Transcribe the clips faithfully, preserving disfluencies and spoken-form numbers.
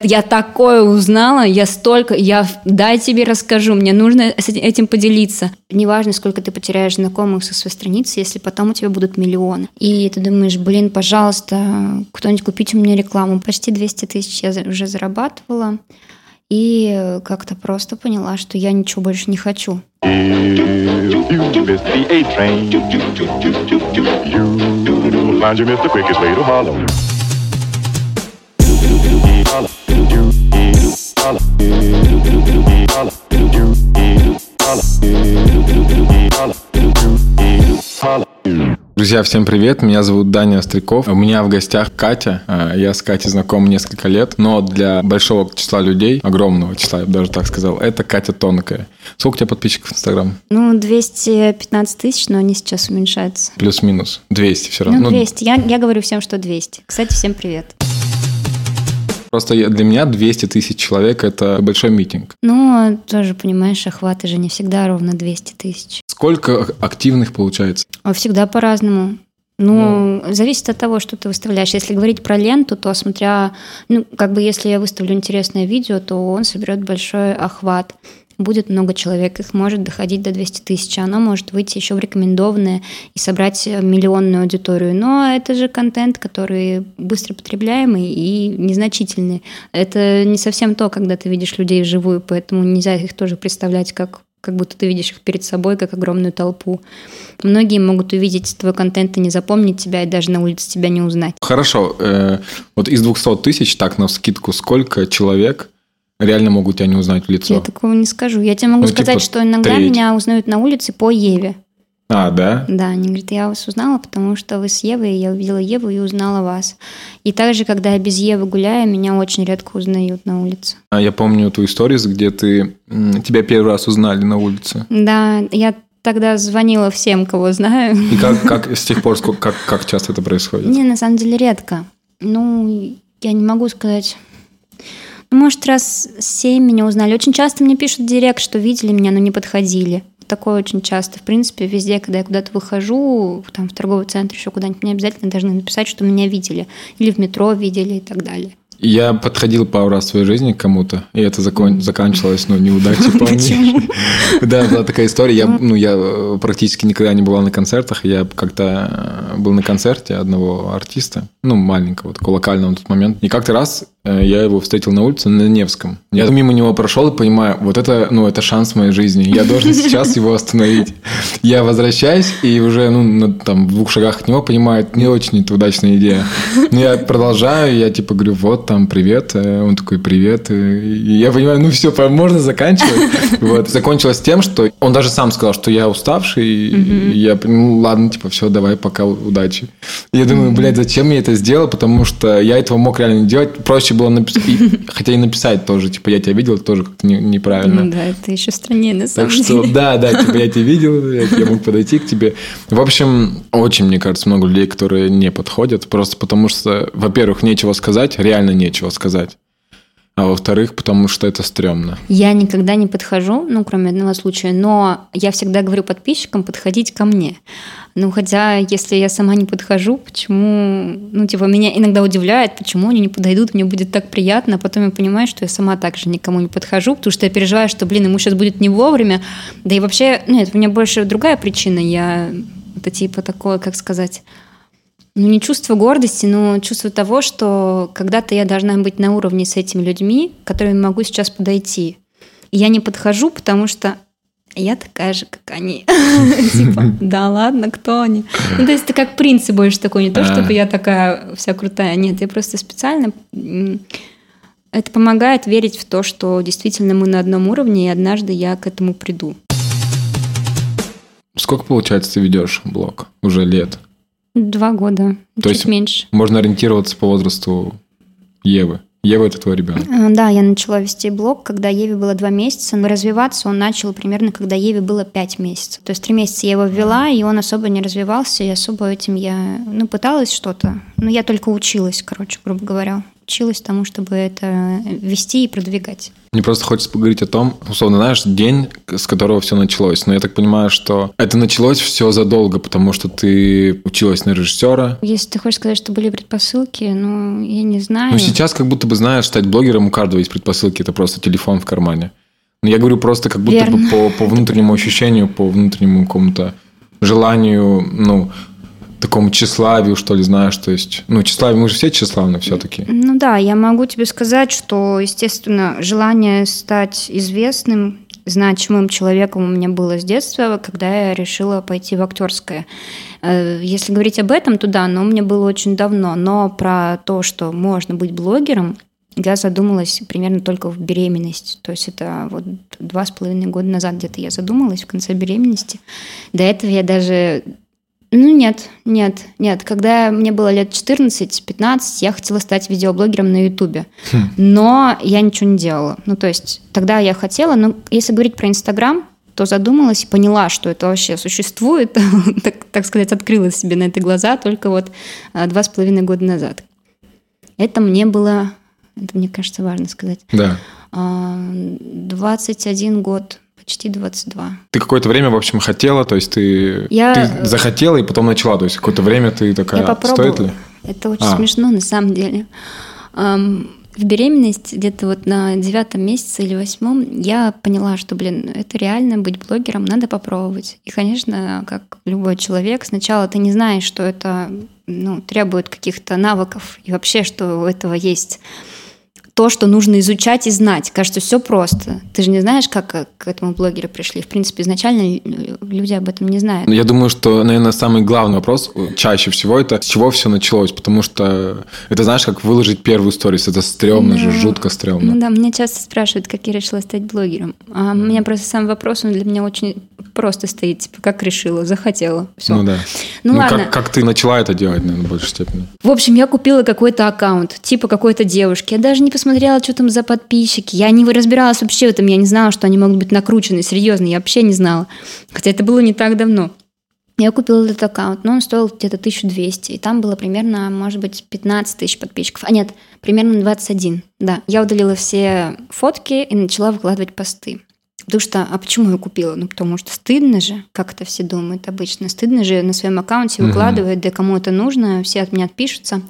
Я такое узнала, я столько, я дай тебе расскажу, мне нужно этим поделиться. Неважно, сколько ты потеряешь знакомых со своей страницы, если потом у тебя будут миллионы. И ты думаешь, блин, пожалуйста, кто-нибудь купите мне рекламу. Почти двести тысяч я уже зарабатывала. И как-то просто поняла, что я ничего больше не хочу. Друзья, всем привет, меня зовут Даня Остряков. У меня в гостях Катя. Я с Катей знаком несколько лет, но для большого числа людей, огромного числа, я бы даже так сказал, это Катя Тонкая. Сколько у тебя подписчиков в Инстаграм? Ну, двести пятнадцать тысяч, но они сейчас уменьшаются. Плюс-минус. двести все равно. Ну, двести. Я, я говорю всем, что двести. Кстати, всем привет. Просто для меня двести тысяч человек – это большой митинг. Ну, тоже, понимаешь, охваты же не всегда ровно двести тысяч. Сколько активных получается? Всегда по-разному. Ну, ну, зависит от того, что ты выставляешь. Если говорить про ленту, то смотря, ну, как бы если я выставлю интересное видео, то он соберет большой охват. Будет много человек, их может доходить до двухсот тысяч, а оно может выйти еще в рекомендованное и собрать миллионную аудиторию. Но это же контент, который быстро потребляемый и незначительный. Это не совсем то, когда ты видишь людей вживую, поэтому нельзя их тоже представлять как, как будто ты видишь их перед собой, как огромную толпу. Многие могут увидеть твой контент и не запомнить тебя, и даже на улице тебя не узнать. Хорошо. Вот из двухсот тысяч, так, навскидку, сколько человек реально могут тебя не узнать в лицо? Я такого не скажу. Я тебе могу ну, сказать, типа, что иногда треть. Меня узнают на улице по Еве. А, да? Да, они говорят, я вас узнала, потому что вы с Евой, я увидела Еву и узнала вас. И также, когда я без Евы гуляю, меня очень редко узнают на улице. А я помню ту историю, где ты тебя первый раз узнали на улице. Да, я тогда звонила всем, кого знаю. И как, как с тех пор, как, как часто это происходит? Не, на самом деле редко. Ну, я не могу сказать... Может, раз семь меня узнали. Очень часто мне пишут в директ, что видели меня, но не подходили. Такое очень часто. В принципе, везде, когда я куда-то выхожу, там, в торговый центр, еще куда-нибудь, мне обязательно должны написать, что меня видели. Или в метро видели и так далее. Я подходил пару раз в своей жизни к кому-то, и это закон... заканчивалось, ну, неудачей. Почему? Да, была такая история. Я, ну, я практически никогда не бывал на концертах. Я как-то был на концерте одного артиста, ну, маленького, такого локального на тот момент. И как-то раз я его встретил на улице на Невском. Я мимо него прошел и понимаю, вот это, ну, это шанс в моей жизни. Я должен сейчас его остановить. Я возвращаюсь и уже, ну, на, там, в двух шагах от него понимаю, не очень это удачная идея. Но я продолжаю, я типа говорю, вот там, привет. Он такой, привет. И я понимаю, ну все, можно заканчивать. Вот. Закончилось тем, что он даже сам сказал, что я уставший. И я, ну, ладно, типа, все, давай, пока, удачи. И я думаю, блядь, зачем я это сделал? Потому что я этого мог реально не делать. Проще было написать, хотя и написать тоже, типа, я тебя видел, тоже как-то не, неправильно. Ну да, это еще страннее, на самом так деле. Так что, да, да, типа, я тебя видел, я, я мог подойти к тебе. В общем, очень, мне кажется, много людей, которые не подходят, просто потому что, во-первых, нечего сказать, реально нечего сказать. А во-вторых, потому что это стрёмно. Я никогда не подхожу, ну, кроме одного случая, но я всегда говорю подписчикам подходить ко мне. Ну, хотя, если я сама не подхожу, почему... Ну, типа, меня иногда удивляет, почему они не подойдут, мне будет так приятно, а потом я понимаю, что я сама также никому не подхожу, потому что я переживаю, что, блин, ему сейчас будет не вовремя. Да и вообще, ну, это у меня больше другая причина. Я... Это типа такое, как сказать... Ну, не чувство гордости, но чувство того, что когда-то я должна быть на уровне с этими людьми, к которым могу сейчас подойти. И я не подхожу, потому что я такая же, как они. Типа, да ладно, кто они? Ну, то есть это как принцип больше такой, не то, чтобы я такая вся крутая. Нет, я просто специально... Это помогает верить в то, что действительно мы на одном уровне, и однажды я к этому приду. Сколько, получается, ты ведешь блог? Уже лет? Два года, То чуть есть меньше. Можно ориентироваться по возрасту Евы. Ева – это твой ребенок. Да, я начала вести блог, когда Еве было два месяца. Но развиваться он начал примерно, когда Еве было пять месяцев. То есть три месяца я его ввела, и он особо не развивался, и особо этим я, ну, пыталась что-то. Но я только училась, короче, грубо говоря. училась тому, чтобы это вести и продвигать. Мне просто хочется поговорить о том, условно, знаешь, день, с которого все началось. Но я так понимаю, что это началось все задолго, потому что ты училась на режиссера. Если ты хочешь сказать, что были предпосылки, ну, я не знаю. Ну, сейчас как будто бы, знаешь, стать блогером у каждого есть предпосылки. Это просто телефон в кармане. Но я говорю просто как будто Верно. бы по, по внутреннему ощущению, по внутреннему какому-то желанию, ну, такому тщеславию, что ли, знаешь, то есть, ну, тщеславие, мы же все тщеславны все-таки. Ну да, я могу тебе сказать, что, естественно, желание стать известным, значимым человеком у меня было с детства, когда я решила пойти в актерское. Если говорить об этом, то да, но у меня было очень давно, но про то, что можно быть блогером, я задумалась примерно только в беременность. То есть это вот два с половиной года назад где-то я задумалась в конце беременности. До этого я даже... Ну, нет, нет, нет. Когда мне было лет четырнадцать-пятнадцать, я хотела стать видеоблогером на Ютубе. Хм. Но я ничего не делала. Ну, то есть тогда я хотела, но если говорить про Инстаграм, то задумалась и поняла, что это вообще существует, так, так сказать, открыла себе на это глаза только вот два с половиной года назад. Это мне было, это мне кажется важно сказать, да. двадцать один год. Почти двадцать два. Ты какое-то время, в общем, хотела, то есть ты, я... ты захотела и потом начала, то есть какое-то время ты такая, я стоит ли? Это очень а. смешно на самом деле. В беременность где-то вот на девятом месяце или восьмом я поняла, что, блин, это реально быть блогером, надо попробовать. И, конечно, как любой человек, сначала ты не знаешь, что это, ну, требует каких-то навыков и вообще, что у этого есть то, что нужно изучать и знать. Кажется, все просто. Ты же не знаешь, как к этому блогеру пришли. В принципе, изначально люди об этом не знают. Я думаю, что, наверное, самый главный вопрос чаще всего это с чего все началось, потому что это, знаешь, как выложить первую сторис. Это стрёмно да. же, жутко стрёмно. Ну да, меня часто спрашивают, как я решила стать блогером. А mm. у меня просто сам вопрос, он для меня очень просто стоит. Типа, как решила, захотела. Всё. Ну да. Ну, ну ладно. Как, как ты начала это делать, наверное, в большей степени? В общем, я купила какой-то аккаунт, типа какой-то девушки. Я даже не посмотрела, что там за подписчики. Я не разбиралась вообще в этом. Я не знала, что они могут быть накручены. Серьезно, я вообще не знала. Хотя это было не так давно. Я купила этот аккаунт, но он стоил где-то тысячу двести. И там было примерно, может быть, пятнадцать тысяч подписчиков. А нет, примерно двадцать один. Да. Я удалила все фотки и начала выкладывать посты. Потому что, а почему я купила? Ну, потому что стыдно же, как это все думают обычно. Стыдно же на своем аккаунте выкладывать, угу. да кому это нужно, все от меня отпишутся.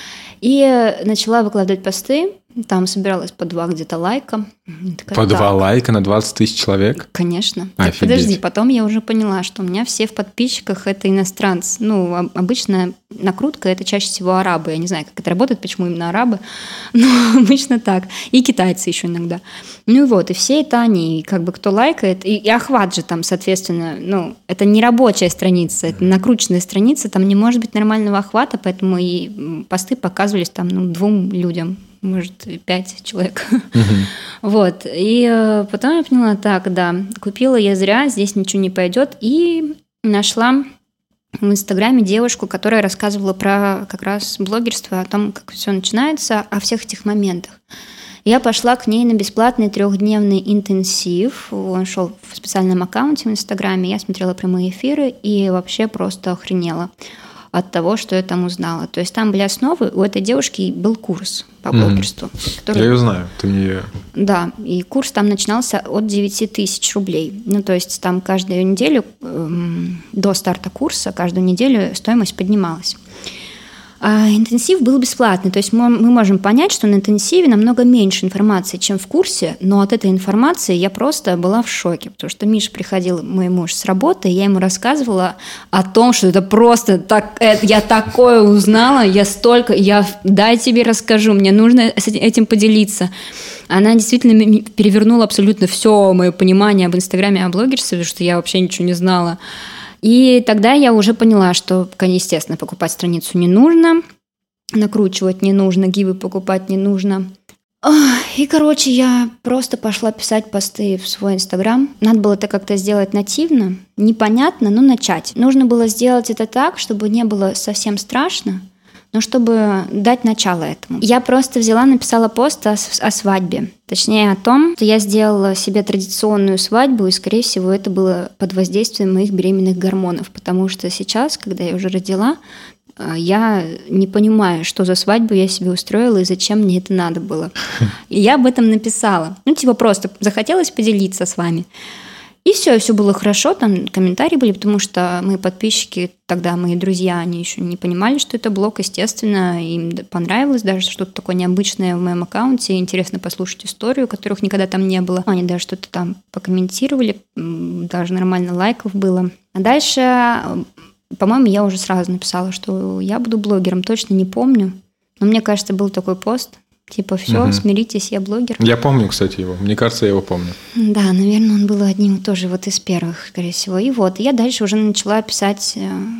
И начала выкладывать посты. Там собиралась по два где-то лайка. Такая, по два лайка на двадцать тысяч человек? Конечно. Офигеть. Подожди, потом я уже поняла, что у меня все в подписчиках это иностранцы. Ну, обычно накрутка это чаще всего арабы. Я не знаю, как это работает, почему именно арабы, но обычно так. И китайцы еще иногда. Ну и вот, и все это они. И как бы кто лайкает, и, и охват же там, соответственно, ну, это не рабочая страница, это накрученная страница, там не может быть нормального охвата, поэтому и посты показывались там, ну, двум людям. Может, пять человек. Uh-huh. Вот. И э, потом я поняла, так, да, купила я зря, здесь ничего не пойдет. И нашла в Инстаграме девушку, которая рассказывала про как раз блогерство, о том, как все начинается, о всех этих моментах. Я пошла к ней на бесплатный трехдневный интенсив. Он шел в специальном аккаунте в Инстаграме. Я смотрела прямые эфиры и вообще просто охренела от того, что я там узнала. То есть там были основы, у этой девушки был курс по блогерству. Mm-hmm. Который... Я ее знаю, ты мне ее... Да, и курс там начинался от девять тысяч рублей. Ну, то есть там каждую неделю, эм, до старта курса, каждую неделю стоимость поднималась. А интенсив был бесплатный, то есть мы, мы можем понять, что на интенсиве намного меньше информации, чем в курсе, но от этой информации я просто была в шоке, потому что Миша приходил, мой муж, с работы, и я ему рассказывала о том, что это просто так, это, я такое узнала, я столько, я дай тебе расскажу, мне нужно этим поделиться. Она действительно перевернула абсолютно все мое понимание об Инстаграме, о блогерстве, что я вообще ничего не знала. И тогда я уже поняла, что, естественно, покупать страницу не нужно, накручивать не нужно, гивы покупать не нужно. И, короче, я просто пошла писать посты в свой Инстаграм. Надо было это как-то сделать нативно, непонятно, но начать. Нужно было сделать это так, чтобы не было совсем страшно, но чтобы дать начало этому. Я просто взяла, написала пост о, о свадьбе. Точнее, о том, что я сделала себе традиционную свадьбу, и, скорее всего, это было под воздействием моих беременных гормонов. Потому что сейчас, когда я уже родила, я не понимаю, что за свадьбу я себе устроила и зачем мне это надо было. И я об этом написала. Ну, типа просто захотелось поделиться с вами. И все, все было хорошо, там комментарии были, потому что мои подписчики, тогда мои друзья, они еще не понимали, что это блог, естественно, им понравилось даже что-то такое необычное в моем аккаунте, интересно послушать историю, которых никогда там не было. Они даже что-то там покомментировали, даже нормально лайков было. А дальше, по-моему, я уже сразу написала, что я буду блогером, точно не помню, но мне кажется, был такой пост. Типа, все, угу. смиритесь, я блогер. Я помню, кстати, его. Мне кажется, я его помню. Да, наверное, он был одним тоже вот из первых, скорее всего. И вот, я дальше уже начала писать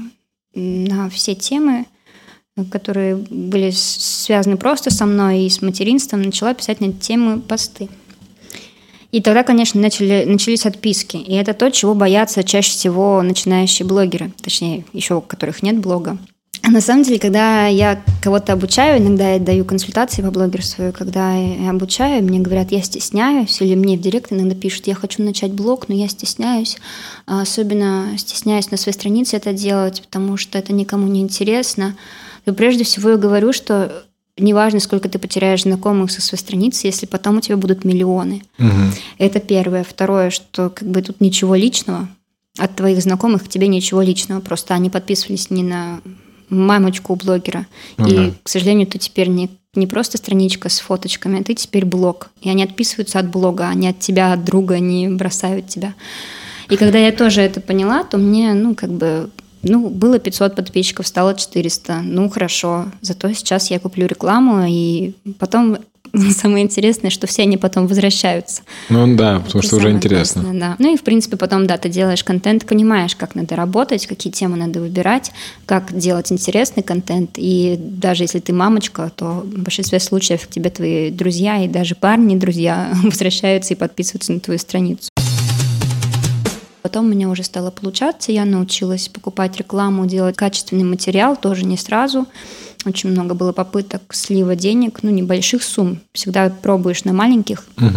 на все темы, которые были связаны просто со мной и с материнством, начала писать на эти темы посты. И тогда, конечно, начали, начались отписки. И это то, чего боятся чаще всего начинающие блогеры. Точнее, еще у которых нет блога. А на самом деле, когда я кого-то обучаю, иногда я даю консультации по блогерству, когда я обучаю, мне говорят, я стесняюсь, или мне в директ иногда пишут, я хочу начать блог, но я стесняюсь, особенно стесняюсь на своей странице это делать, потому что это никому не интересно. И прежде всего я говорю, что неважно, сколько ты потеряешь знакомых со своей страницы, если потом у тебя будут миллионы. Угу. Это первое. Второе, что как бы тут ничего личного, от твоих знакомых к тебе ничего личного, просто они подписывались не на мамочку у блогера. Ну, и, да. к сожалению, ты теперь не, не просто страничка с фоточками, а ты теперь блог. И они отписываются от блога, они от тебя, от друга, не бросают тебя. И когда я тоже это поняла, то мне, ну, как бы, ну, было пятьсот подписчиков, стало четыреста. Ну, хорошо. Зато сейчас я куплю рекламу, и потом... Самое интересное, что все они потом возвращаются. Ну да, потому это что уже интересно. Да. Ну и, в принципе, потом, да, ты делаешь контент, понимаешь, как надо работать, какие темы надо выбирать, как делать интересный контент. И даже если ты мамочка, то в большинстве случаев к тебе твои друзья и даже парни, друзья возвращаются и подписываются на твою страницу. Потом у меня уже стало получаться, я научилась покупать рекламу, делать качественный материал, тоже не сразу. Очень много было попыток слива денег, ну, небольших сумм. Всегда пробуешь на маленьких. Угу.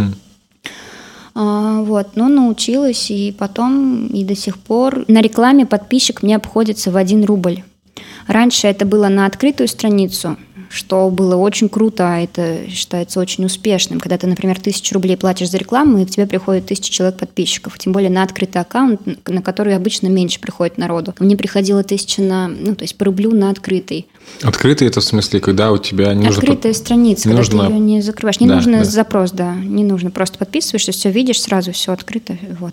А, вот, но научилась, и потом, и до сих пор. На рекламе подписчик мне обходится в один рубль. Раньше это было на открытую страницу, что было очень круто, а это считается очень успешным. Когда ты, например, тысячу рублей платишь за рекламу, и к тебе приходит тысяча человек подписчиков. Тем более на открытый аккаунт, на который обычно меньше приходит народу. Мне приходило тысяча на, ну, то есть по рублю на открытый. Открытый это в смысле, когда у тебя не нужно... Открытая под... страница, не когда нужно... ты ее не закрываешь. Не да, нужно да. запрос, да. Не нужно. Просто подписываешься, все видишь, сразу все открыто. Вот.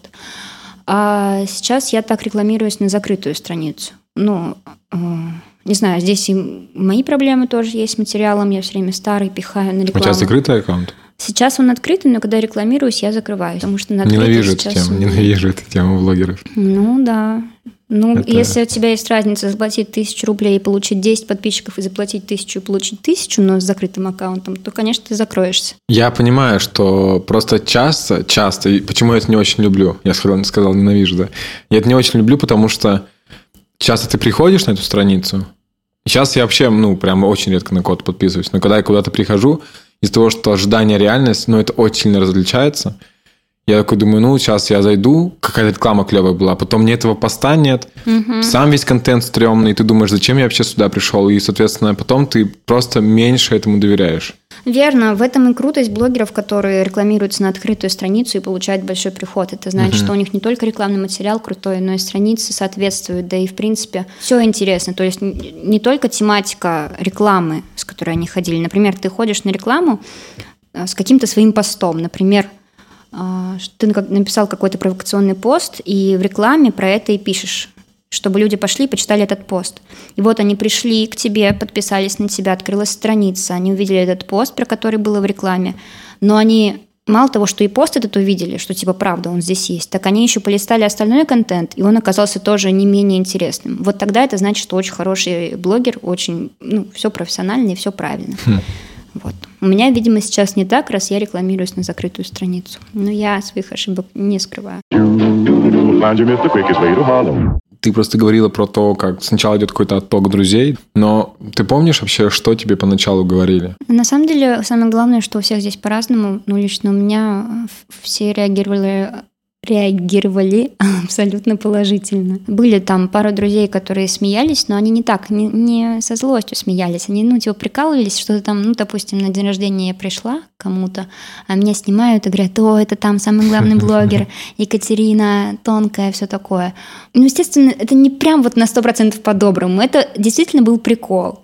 А сейчас я так рекламируюсь на закрытую страницу. Ну... Не знаю, здесь и мои проблемы тоже есть с материалом. Я все время старый пихаю на рекламу. У тебя закрытый аккаунт? Сейчас он открытый, но когда я рекламируюсь, я закрываюсь. Потому что на ненавижу эту сейчас... тему, ненавижу эту тему блогеров. Ну да. Ну, это... если у тебя есть разница заплатить тысячу рублей и получить десять подписчиков, и заплатить тысячу и получить тысячу, но с закрытым аккаунтом, то, конечно, ты закроешься. Я понимаю, что просто часто, часто, и почему я это не очень люблю, я сказал, сказал ненавижу, да, я это не очень люблю, потому что часто ты приходишь на эту страницу. Сейчас я вообще, ну, прям очень редко на кого-то подписываюсь. Но когда я куда-то прихожу, из-за того, что ожидание реальность, ну, это очень сильно различается. Я такой думаю, ну, сейчас я зайду, какая-то реклама клевая была, потом мне этого поста нет, угу. сам весь контент стрёмный, и ты думаешь, зачем я вообще сюда пришел? И, соответственно, потом ты просто меньше этому доверяешь. Верно. В этом и крутость блогеров, которые рекламируются на открытую страницу и получают большой приход. Это значит, угу. что у них не только рекламный материал крутой, но и страницы соответствуют. Да и, в принципе, все интересно. То есть не только тематика рекламы, с которой они ходили. Например, ты ходишь на рекламу с каким-то своим постом. Например, ты написал какой-то провокационный пост, и в рекламе про это и пишешь, чтобы люди пошли и почитали этот пост. И вот они пришли к тебе, подписались на тебя, открылась страница, они увидели этот пост, про который было в рекламе, но они мало того, что и пост этот увидели, что типа правда он здесь есть, так они еще полистали остальной контент, и он оказался тоже не менее интересным. Вот тогда это значит, что очень хороший блогер, очень, ну, все профессионально и все правильно. Хм. Вот. У меня, видимо, сейчас не так, раз я рекламируюсь на закрытую страницу. Но я своих ошибок не скрываю. Ты просто говорила про то, как сначала идет какой-то отток друзей, но ты помнишь вообще, что тебе поначалу говорили? На самом деле, самое главное, что у всех здесь по-разному. Ну, лично у меня все реагировали реагировали абсолютно положительно. Были там пару друзей, которые смеялись, но они не так, не, не со злостью смеялись. Они, ну, типа, прикалывались, что-то там, ну, допустим, на день рождения я пришла к кому-то, а меня снимают и говорят: о, это там самый главный блогер, Екатерина, тонкая, все такое. Ну, естественно, это не прям вот на сто процентов по-доброму. Это действительно был прикол.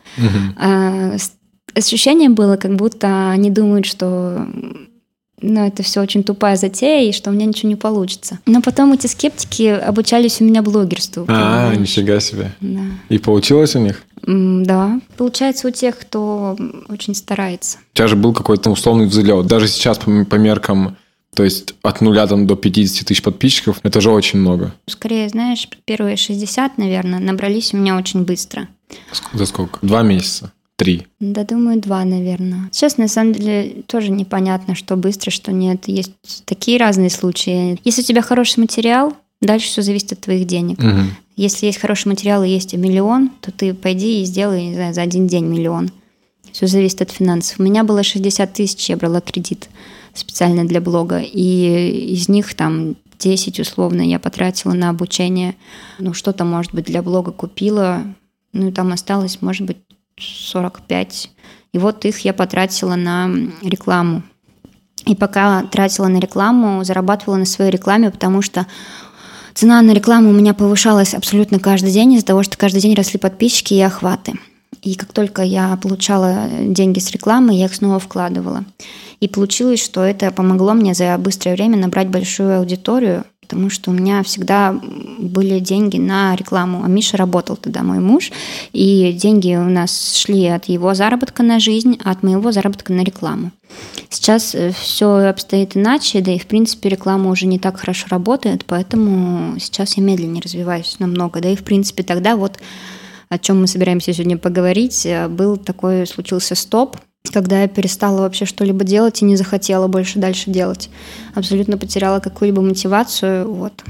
А, ощущение было, как будто они думают, что... Ну, это все очень тупая затея, и что у меня ничего не получится. Но потом эти скептики обучались у меня блогерству. А, нифига себе. Да. И получилось у них? М, Да. Получается у тех, кто очень старается. У тебя же был какой-то условный взлет. Даже сейчас по, по меркам, то есть от нуля там, до пятьдесят тысяч подписчиков, это же очень много. Скорее, знаешь, первые шестьдесят, наверное, набрались у меня очень быстро. За сколько? Два месяца? Три? Да, думаю, два, наверное. Сейчас, на самом деле, тоже непонятно, что быстро, что нет. Есть такие разные случаи. Если у тебя хороший материал, дальше все зависит от твоих денег. Угу. Если есть хороший материал и есть миллион, то ты пойди и сделай, не знаю, за один день миллион. Все зависит от финансов. У меня было шестьдесят тысяч, я брала кредит специально для блога, и из них там десять условно я потратила на обучение. Ну, что-то, может быть, для блога купила, ну, и там осталось, может быть, сорок пять. И вот их я потратила на рекламу. И пока тратила на рекламу, зарабатывала на своей рекламе, потому что цена на рекламу у меня повышалась абсолютно каждый день из-за того, что каждый день росли подписчики и охваты. И как только я получала деньги с рекламы, я их снова вкладывала. И получилось, что это помогло мне за быстрое время набрать большую аудиторию, потому что у меня всегда были деньги на рекламу. А Миша работал тогда, мой муж, и деньги у нас шли от его заработка на жизнь, а от моего заработка на рекламу. Сейчас все обстоит иначе, да и, в принципе, реклама уже не так хорошо работает, поэтому сейчас я медленнее развиваюсь намного. Да и, в принципе, тогда вот, о чем мы собираемся сегодня поговорить, был такой, случился стоп, когда я перестала вообще что-либо делать и не захотела больше дальше делать. Абсолютно потеряла какую-либо мотивацию. Вот.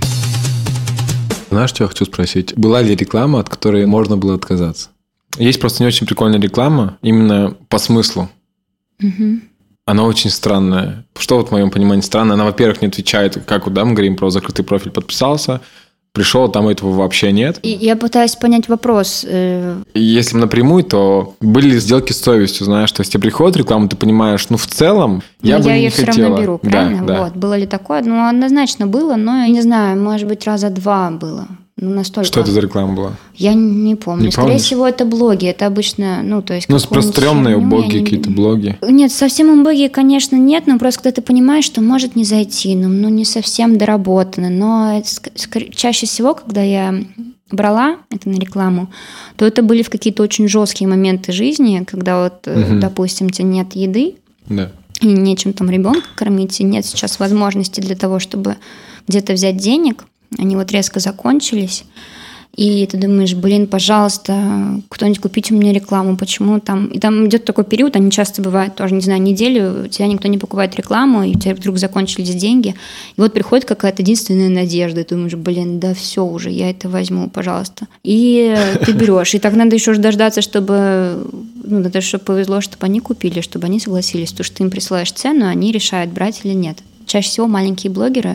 Знаешь, что я хочу спросить? Была ли реклама, от которой можно было отказаться? Есть просто не очень прикольная реклама, именно по смыслу. Угу. Она очень странная. Что вот в моем понимании странно? Она, во-первых, не отвечает, как вот, да, мы говорим про закрытый профиль, подписался, пришел, там этого вообще нет. И я пытаюсь понять вопрос. Если напрямую, то были ли сделки с совестью, знаешь, то есть тебе приходит реклама, ты понимаешь, ну в целом я но бы я не ее хотела. все равно беру, правильно? Да, да. Вот. Было ли такое? Ну, однозначно было, но, я не знаю, может быть, раза два было. Ну, настолько. Что это за реклама была? Я не помню. Не Скорее помнишь? всего, это блоги. Это обычно, ну, то есть... Ну, просто стрёмные убогие не... какие-то блоги. Нет, совсем убогие, конечно, нет, но просто когда ты понимаешь, что может не зайти, ну, ну не совсем доработано. Но это, ск- чаще всего, когда я брала это на рекламу, то это были в какие-то очень жесткие моменты жизни, когда вот, угу. допустим, у тебя нет еды, да. и нечем там ребенка кормить, и нет сейчас возможности для того, чтобы где-то взять денег, они вот резко закончились, и ты думаешь, блин, пожалуйста, кто-нибудь купите у меня рекламу, почему там... И там идет такой период, они часто бывают тоже, не знаю, неделю, у тебя никто не покупает рекламу, и у тебя вдруг закончились деньги, и вот приходит какая-то единственная надежда, и ты думаешь, блин, да все уже, я это возьму, пожалуйста. И ты берешь, и так надо еще дождаться, чтобы... Ну, надо, чтобы повезло, чтобы они купили, чтобы они согласились, потому что ты им присылаешь цену, они решают, брать или нет. Чаще всего маленькие блогеры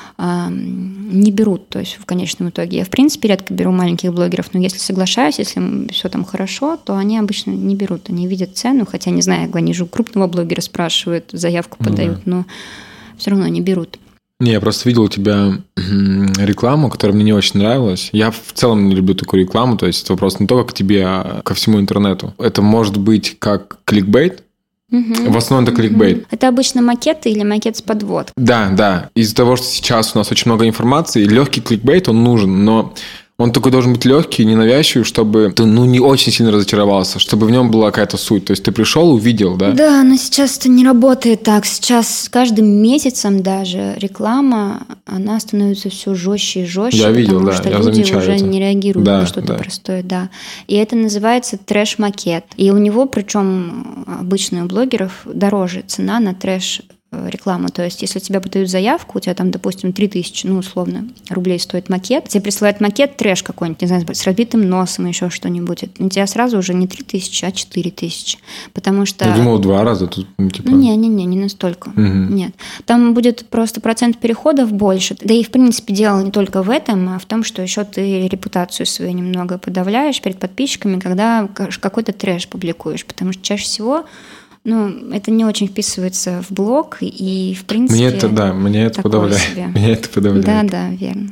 не берут, то есть в конечном итоге. Я, в принципе, редко беру маленьких блогеров, но если соглашаюсь, если все там хорошо, то они обычно не берут. Они видят цену, хотя, не знаю, они же у крупного блогера спрашивают, заявку подают, ну, да. но все равно не берут. Не, я просто видел у тебя рекламу, которая мне не очень нравилась. Я в целом не люблю такую рекламу, то есть это вопрос не только к тебе, а ко всему интернету. Это может быть как кликбейт. Угу. В основном это кликбейт. Это обычно макеты или макет с подводкой. Да, да. Из-за того, что сейчас у нас очень много информации, легкий кликбейт, он нужен, но он такой должен быть легкий, ненавязчивый, чтобы ты ну, не очень сильно разочаровался, чтобы в нем была какая-то суть. То есть ты пришел, увидел, да? Да, но сейчас это не работает так. Сейчас с каждым месяцем даже реклама, она становится все жестче и жестче. Я видел, да, что я люди замечаю уже это. не реагируют да, на что-то да. простое, да. И это называется трэш-макет. И у него, причем обычно у блогеров, дороже цена на трэш рекламу. То есть, если тебе подают заявку, у тебя там, допустим, три тысячи, ну, условно, рублей стоит макет, тебе присылают макет, трэш какой-нибудь, не знаю, с разбитым носом, еще что-нибудь. У тебя сразу уже не три тысячи, а четыре тысячи. Потому что... Я думал, два раза. Тут, ну, типа... Не-не-не, не настолько. Угу. Нет. Там будет просто процент переходов больше. Да и, в принципе, дело не только в этом, а в том, что еще ты репутацию свою немного подавляешь перед подписчиками, когда какой-то трэш публикуешь. Потому что чаще всего... Ну, это не очень вписывается в блог, и, в принципе... Мне это, да, мне это подавляет. Себе. Меня это подавляет. Да, да, верно.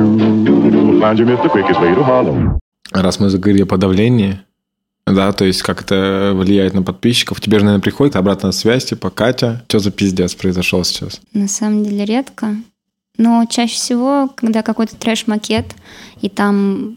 Раз мы заговорили о подавлении, да, то есть как это влияет на подписчиков, тебе же, наверное, приходит обратная связь, типа, Катя, что за пиздец произошел сейчас? На самом деле редко, но чаще всего, когда какой-то трэш-макет, и там...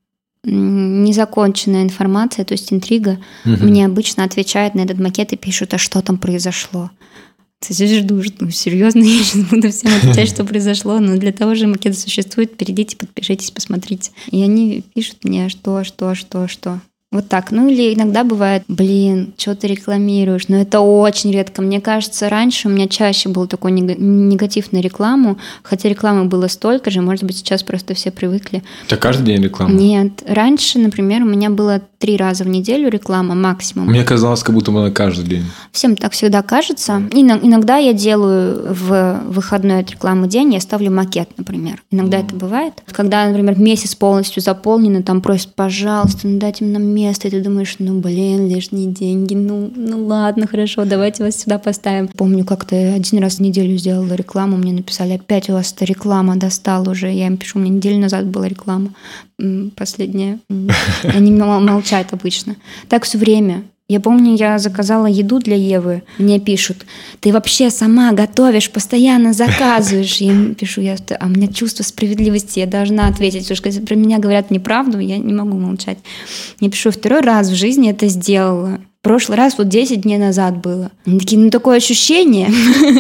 незаконченная информация, то есть интрига, угу. мне обычно отвечают на этот макет и пишут, а что там произошло. Ты жду, жду, серьезно, я сейчас буду всем отвечать, что произошло, но для того же макет существует, перейдите, подпишитесь, посмотрите. И они пишут мне, что, что, что, что. Вот так. Ну или иногда бывает, блин, что ты рекламируешь? Но это очень редко. Мне кажется, раньше у меня чаще был такой негатив на рекламу, хотя рекламы было столько же, может быть, сейчас просто все привыкли. У тебя каждый день реклама? Нет. Раньше, например, у меня было три раза в неделю реклама максимум. Мне казалось, как будто было каждый день. Всем так всегда кажется. И иногда я делаю в выходной от рекламы день, я ставлю макет, например. Иногда mm. это бывает. Когда, например, месяц полностью заполнен, там просят, пожалуйста, ну дайте мне место, и ты думаешь, ну блин, лишние деньги, ну, ну ладно, хорошо, давайте вас сюда поставим. Помню, как-то один раз в неделю сделала рекламу, мне написали, опять у вас эта реклама достала уже. Я им пишу, у меня неделю назад была реклама последняя. Они молчат обычно. Так все время. Я помню, я заказала еду для Евы. Мне пишут, ты вообще сама готовишь, постоянно заказываешь. Я им пишу, я, а у меня чувство справедливости, я должна ответить. Потому что если про меня говорят неправду, я не могу молчать. Я пишу, второй раз в жизни это сделала. В прошлый раз вот десять дней назад было. Они такие, ну такое ощущение.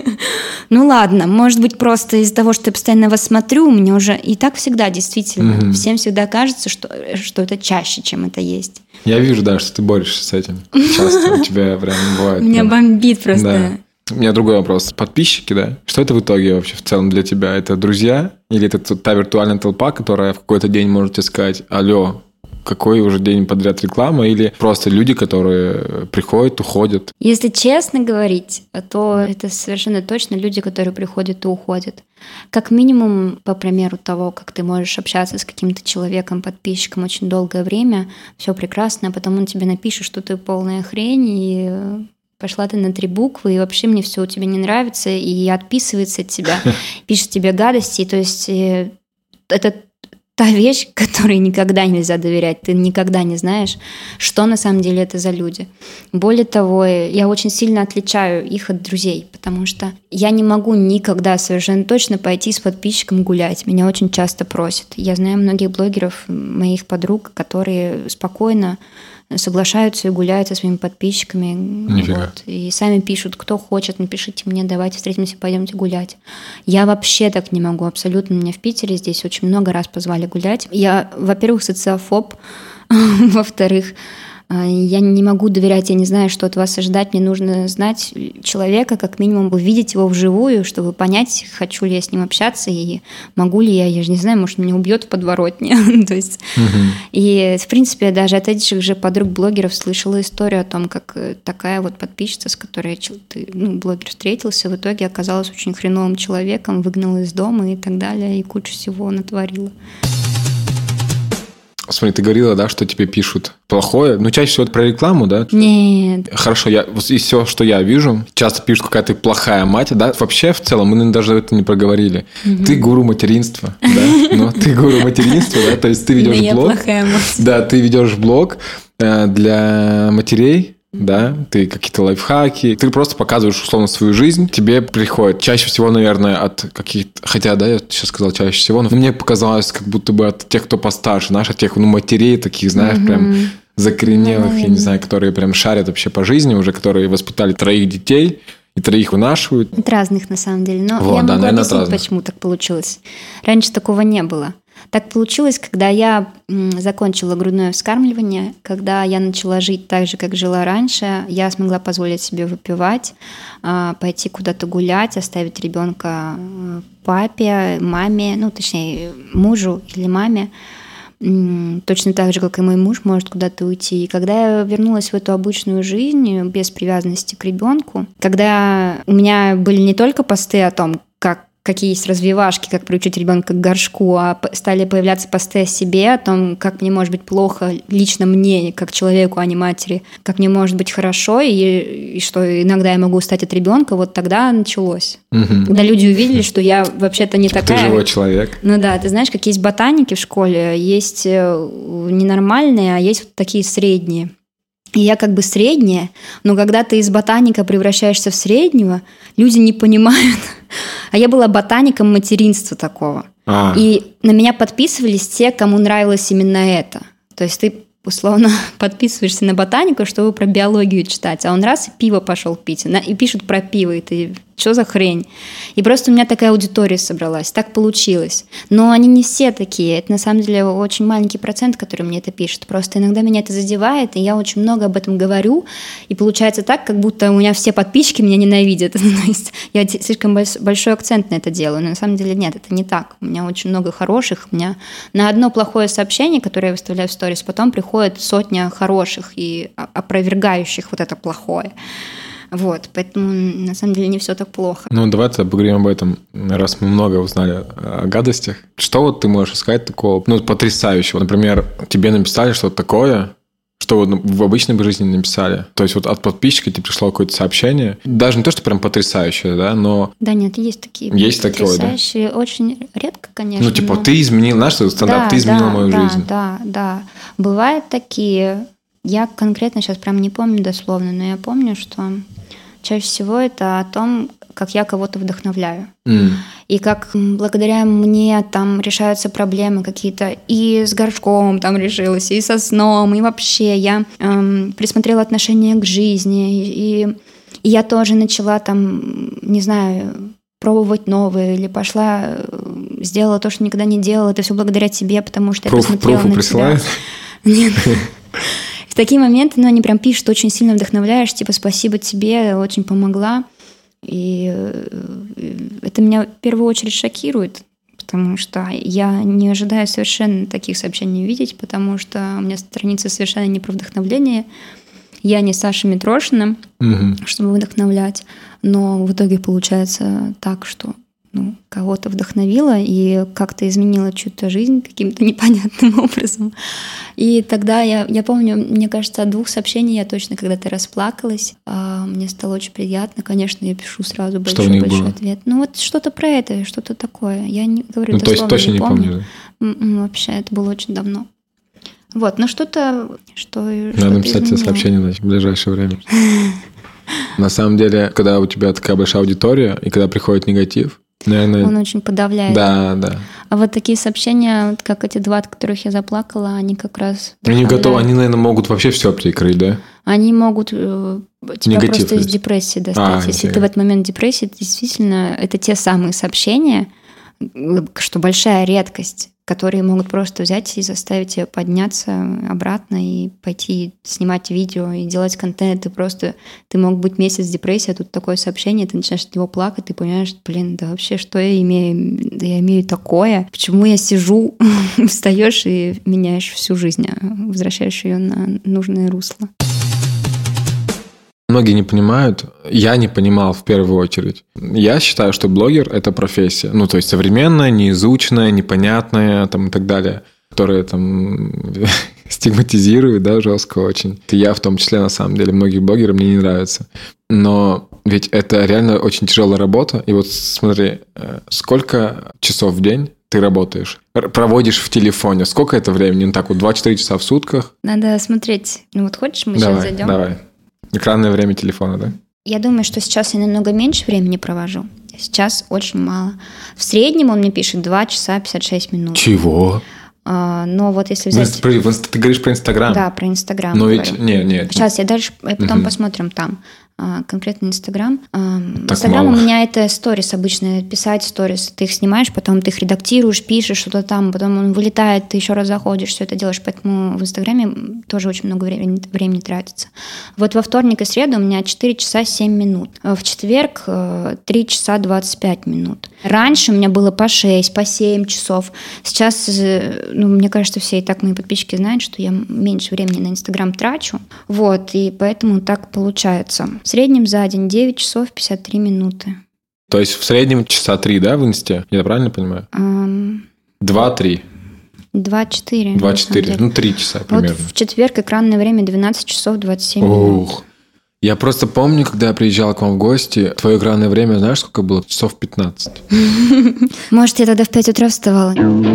Ну ладно, может быть, просто из-за того, что я постоянно вас смотрю, у меня уже и так всегда действительно. Mm-hmm. Всем всегда кажется, что, что это чаще, чем это есть. Я вижу, да, что ты борешься с этим. Часто у тебя прям бывает. Меня бомбит просто. У меня другой вопрос. Подписчики, да? Что это в итоге вообще в целом для тебя? Это друзья? Или это та виртуальная толпа, которая в какой-то день может тебе сказать, алло, какой уже день подряд реклама, или просто люди, которые приходят, уходят? Если честно говорить, то это совершенно точно люди, которые приходят и уходят. Как минимум, по примеру того, как ты можешь общаться с каким-то человеком, подписчиком очень долгое время, все прекрасно, а потом он тебе напишет, что ты полная хрень, и пошла ты на три буквы, и вообще мне все у тебя не нравится, и отписывается от тебя, пишет тебе гадости, то есть это та вещь, которой никогда нельзя доверять. Ты никогда не знаешь, что на самом деле это за люди. Более того, я очень сильно отличаю их от друзей, потому что я не могу никогда совершенно точно пойти с подписчиком гулять. Меня очень часто просят. Я знаю многих блогеров, моих подруг, которые спокойно соглашаются и гуляют со своими подписчиками. Вот, и сами пишут, кто хочет, напишите мне, давайте встретимся, пойдемте гулять. Я вообще так не могу, абсолютно. Меня в Питере здесь очень много раз позвали гулять. Я, во-первых, социофоб, во-вторых, я не могу доверять, я не знаю, что от вас ожидать. Мне нужно знать человека, как минимум увидеть его вживую, чтобы понять, хочу ли я с ним общаться и могу ли я, я же не знаю, может, меня убьет в подворотне. То есть, угу. И, в принципе, даже от этих же подруг-блогеров слышала историю о том, как такая вот подписчица, с которой ну, блогер встретился, в итоге оказалась очень хреновым человеком, выгнала из дома и так далее, и кучу всего натворила. Смотри, ты говорила, да, что тебе пишут плохое. Ну, чаще всего это про рекламу, да? Нет. Хорошо, я, и все, что я вижу, часто пишут, какая ты плохая мать, да? Вообще, в целом, мы даже это не проговорили. Угу. Ты гуру материнства, да? Ну, ты гуру материнства, да? То есть ты ведешь блог. Я плохая мать. Да, ты ведешь блог для матерей. Да, ты какие-то лайфхаки, ты просто показываешь условно свою жизнь, тебе приходит чаще всего, наверное, от каких-то, хотя, да, я сейчас сказал чаще всего, но мне показалось, как будто бы от тех, кто постарше, знаешь, от тех, ну, матерей таких, знаешь, mm-hmm. прям закоренелых, mm-hmm. я не знаю, которые прям шарят вообще по жизни уже, которые воспитали троих детей и троих вынашивают. От разных, на самом деле, но вот, я да, могу наверное, объяснить, почему так получилось. Раньше такого не было. Так получилось, когда я закончила грудное вскармливание, когда я начала жить так же, как жила раньше, я смогла позволить себе выпивать, пойти куда-то гулять, оставить ребенка папе, маме, ну, точнее, мужу или маме. Точно так же, как и мой муж может куда-то уйти. И когда я вернулась в эту обычную жизнь, без привязанности к ребенку, когда у меня были не только посты о том, как какие есть развивашки, как приучить ребенка к горшку, а стали появляться посты о себе, о том, как мне может быть плохо лично мне, как человеку, а не матери, как мне может быть хорошо, и, и что иногда я могу устать от ребенка, вот тогда началось. Угу. Когда люди увидели, что я вообще-то не типа такая... Ты живой человек. Ну да, ты знаешь, как есть ботаники в школе, есть ненормальные, а есть вот такие средние. И я как бы средняя, но когда ты из ботаника превращаешься в среднего, люди не понимают. А я была ботаником материнства такого. А. И на меня подписывались те, кому нравилось именно это. То есть ты, условно, подписываешься на ботанику, чтобы про биологию читать, а он раз и пиво пошел пить, и пишут про пиво, и ты... Что за хрень? И просто у меня такая аудитория собралась, так получилось. Но они не все такие, это на самом деле очень маленький процент, который мне это пишет. Просто иногда меня это задевает, и я очень много об этом говорю, и получается так, как будто у меня все подписчики меня ненавидят. То есть я слишком большой акцент на это делаю, но на самом деле нет, это не так. У меня очень много хороших, у меня на одно плохое сообщение, которое я выставляю в сторис, потом приходит сотня хороших и опровергающих вот это плохое. Вот, поэтому на самом деле не все так плохо. Ну, давайте поговорим об этом, раз мы много узнали о гадостях. Что вот ты можешь сказать такого, ну, потрясающего? Например, тебе написали что-то такое, что вот в обычной жизни не написали. То есть вот от подписчика тебе пришло какое-то сообщение. Даже не то, что прям потрясающее, да, но... Да нет, есть такие есть потрясающие. Такое, да? Очень редко, конечно. Ну, типа, но... ты изменил, знаешь, что стендап, да, ты изменил да, мою да, жизнь. Да, да, да. Бывают такие... Я конкретно сейчас прям не помню дословно, но я помню, что... Чаще всего это о том, как я кого-то вдохновляю. Mm. И как благодаря мне там решаются проблемы какие-то. И с горшком там решилось, и со сном, и вообще я эм, присмотрела отношение к жизни. И, и я тоже начала там, не знаю, пробовать новые. Или пошла, сделала то, что никогда не делала. Это все благодаря тебе, потому что Пруф, я посмотрела на присылает? тебя. Нет. В такие моменты, ну, они прям пишут, очень сильно вдохновляешь, типа, спасибо тебе, очень помогла. И это меня в первую очередь шокирует, потому что я не ожидаю совершенно таких сообщений видеть, потому что у меня страница совершенно не про вдохновление. Я не Саша Митрошина, угу. чтобы вдохновлять, но в итоге получается так, что ну, кого-то вдохновила и как-то изменила чью-то жизнь каким-то непонятным образом. И тогда я, я помню, мне кажется, от двух сообщений я точно когда-то расплакалась. А мне стало очень приятно. Конечно, я пишу сразу большой-большой ответ. Ну вот что-то про это, что-то такое. Я не говорю, ну, то есть точно не помню. Не помню. Вообще, это было очень давно. Вот, но что-то... что Надо написать тебе сообщение в ближайшее время. На самом деле, когда у тебя такая большая аудитория, и когда приходит негатив, наверное... Он очень подавляет. Да, да. А вот такие сообщения, вот как эти два, от которых я заплакала, они как раз... Они готовы, они, наверное, могут вообще все прикрыть, да? Они могут э, тебя негатив просто есть. Из депрессии достать. А, Если okay. ты в этот момент в депрессии, то действительно, это те самые сообщения, что большая редкость, которые могут просто взять и заставить тебя подняться обратно и пойти снимать видео и делать контент. Ты просто, ты мог быть месяц в депрессии, а тут такое сообщение, ты начинаешь от него плакать, ты понимаешь, блин, да вообще, что я имею? Да я имею такое. Почему я сижу, встаешь и меняешь всю жизнь, возвращаешь ее на нужное русло? Многие не понимают, я не понимал в первую очередь. Я считаю, что блогер – это профессия. Ну, то есть современная, неизученная, непонятная там, и так далее, которая там стигматизирует, да, жестко очень. И я в том числе, на самом деле, многих блогеров мне не нравится. Но ведь это реально очень тяжелая работа. И вот смотри, сколько часов в день ты работаешь, проводишь в телефоне. Сколько это времени? Ну, так вот, два-четыре часа в сутках. Надо смотреть. Ну, вот хочешь, мы давай, сейчас зайдем? Давай, экранное время телефона, да? Я думаю, что сейчас я намного меньше времени провожу. Сейчас очень мало. В среднем он мне пишет два часа пятьдесят шесть минут. Чего? А, но вот если взять... Ты говоришь про Инстаграм? Да, про Инстаграм. Но ведь... Нет, нет. Сейчас я дальше... Потом угу. посмотрим там. а, конкретно Инстаграм. Инстаграм у меня это сторис обычно, писать сторис. Ты их снимаешь, потом ты их редактируешь, пишешь что-то там, потом он вылетает, ты еще раз заходишь, все это делаешь. Поэтому в Инстаграме тоже очень много времени, времени тратится. Вот во вторник и среду у меня четыре часа семь минут. В четверг три часа двадцать пять минут. Раньше у меня было по шесть, по семь часов. Сейчас, ну, мне кажется, все и так мои подписчики знают, что я меньше времени на Инстаграм трачу. Вот, и поэтому так получается. В среднем за день девять часов пятьдесят три минуты. То есть в среднем часа три, да, в Инсте? Я правильно понимаю? Um... два-три. два-четыре. два-четыре, ну три часа примерно. Вот в четверг экранное время двенадцать часов двадцать семь минут. Ух. Я просто помню, когда я приезжала к вам в гости, твое экранное время, знаешь, сколько было? Часов пятнадцать. Может, я тогда в пять утра вставала.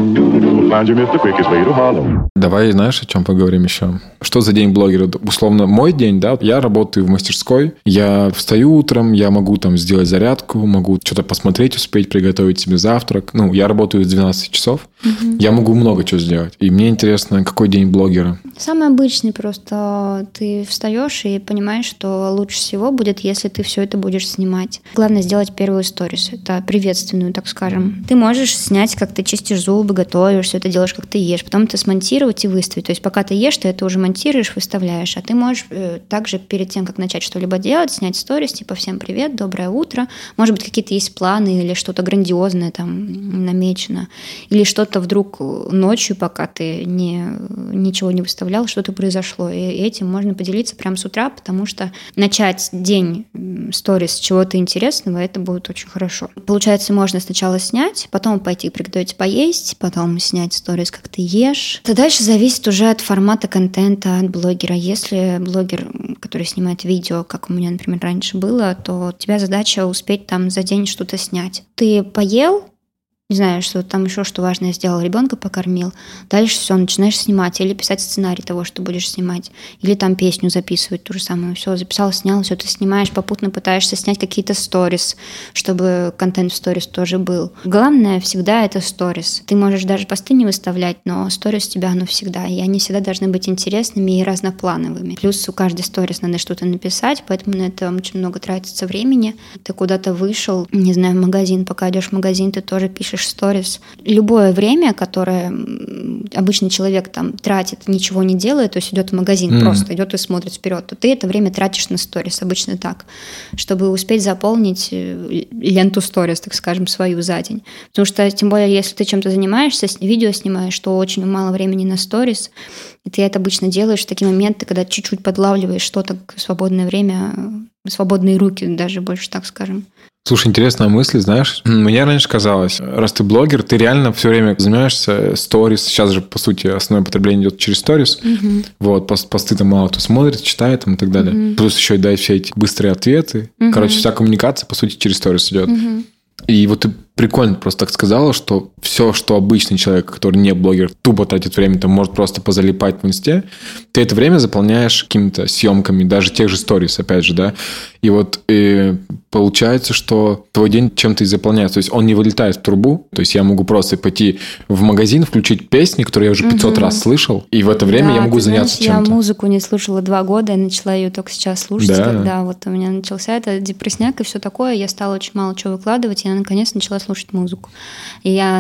Давай, знаешь, о чем поговорим еще? Что за день блогера? Условно, мой день, да, я работаю в мастерской, я встаю утром, я могу там сделать зарядку, могу что-то посмотреть, успеть приготовить себе завтрак. Ну, я работаю с двенадцати часов, угу. Я могу много чего сделать. И мне интересно, какой день блогера? Самый обычный просто. Ты встаешь и понимаешь, что лучше всего будет, если ты все это будешь снимать. Главное сделать первую сторис, это приветственную, так скажем. Ты можешь снять, как ты чистишь зубы, готовишь, все это делаешь, как ты ешь. Потом это смонтировать и выставить. То есть пока ты ешь, ты это уже монтируешь, выставляешь. А ты можешь э, также перед тем, как начать что-либо делать, снять сторис, типа «Всем привет, доброе утро». Может быть, какие-то есть планы или что-то грандиозное там намечено. Или что-то вдруг ночью, пока ты не, ничего не выставлял, что-то произошло. И этим можно поделиться прямо с утра, потому что начать день сторис с чего-то интересного, это будет очень хорошо. Получается, можно сначала снять, потом пойти приготовить поесть, потом снять сторис, как ты ешь. Это дальше зависит уже от формата контента, от блогера. Если блогер, который снимает видео, как у меня, например, раньше было, то у тебя задача успеть там за день что-то снять. Ты поел, не знаю, что там еще что важное сделал, ребенка покормил, дальше все, начинаешь снимать или писать сценарий того, что будешь снимать, или там песню записывать, ту же самую, все, записал, снял, все, ты снимаешь, попутно пытаешься снять какие-то сторис, чтобы контент в сторис тоже был. Главное всегда это сторис. Ты можешь даже посты не выставлять, но сторис у тебя оно всегда, и они всегда должны быть интересными и разноплановыми. Плюс у каждой сторис надо что-то написать, поэтому на это очень много тратится времени. Ты куда-то вышел, не знаю, в магазин, пока идешь в магазин, ты тоже пишешь сторис. Любое время, которое обычный человек там тратит, ничего не делает, то есть идет в магазин, mm. просто идет и смотрит вперед, то ты это время тратишь на сторис, обычно так, чтобы успеть заполнить ленту сторис, так скажем, свою за день. Потому что, тем более, если ты чем-то занимаешься, видео снимаешь, то очень мало времени на сторис, и ты это обычно делаешь в такие моменты, когда чуть-чуть подлавливаешь что-то в свободное время, свободные руки даже, больше так скажем. Слушай, интересная мысль, знаешь, мне раньше казалось, раз ты блогер, ты реально все время занимаешься сторис, сейчас же, по сути, основное потребление идет через сторис, uh-huh. вот, посты там мало кто смотрит, читает там и так далее, uh-huh. плюс еще и дай все эти быстрые ответы, uh-huh. короче, вся коммуникация, по сути, через сторис идет. Uh-huh. И вот ты прикольно просто так сказала, что все, что обычный человек, который не блогер, тупо тратит время, там может просто позалипать в инсте, ты это время заполняешь какими-то съемками, даже тех же сторис, опять же, да. И вот и получается, что твой день чем-то и заполняется. То есть он не вылетает в трубу. То есть я могу просто пойти в магазин, включить песни, которые я уже пятьсот угу. раз слышал, и в это время да, я могу заняться знаешь, чем-то. Я музыку не слушала два года, я начала ее только сейчас слушать, да. когда вот у меня начался этот депрессняк и все такое, я стала очень мало чего выкладывать, и я наконец начала слушать музыку. И я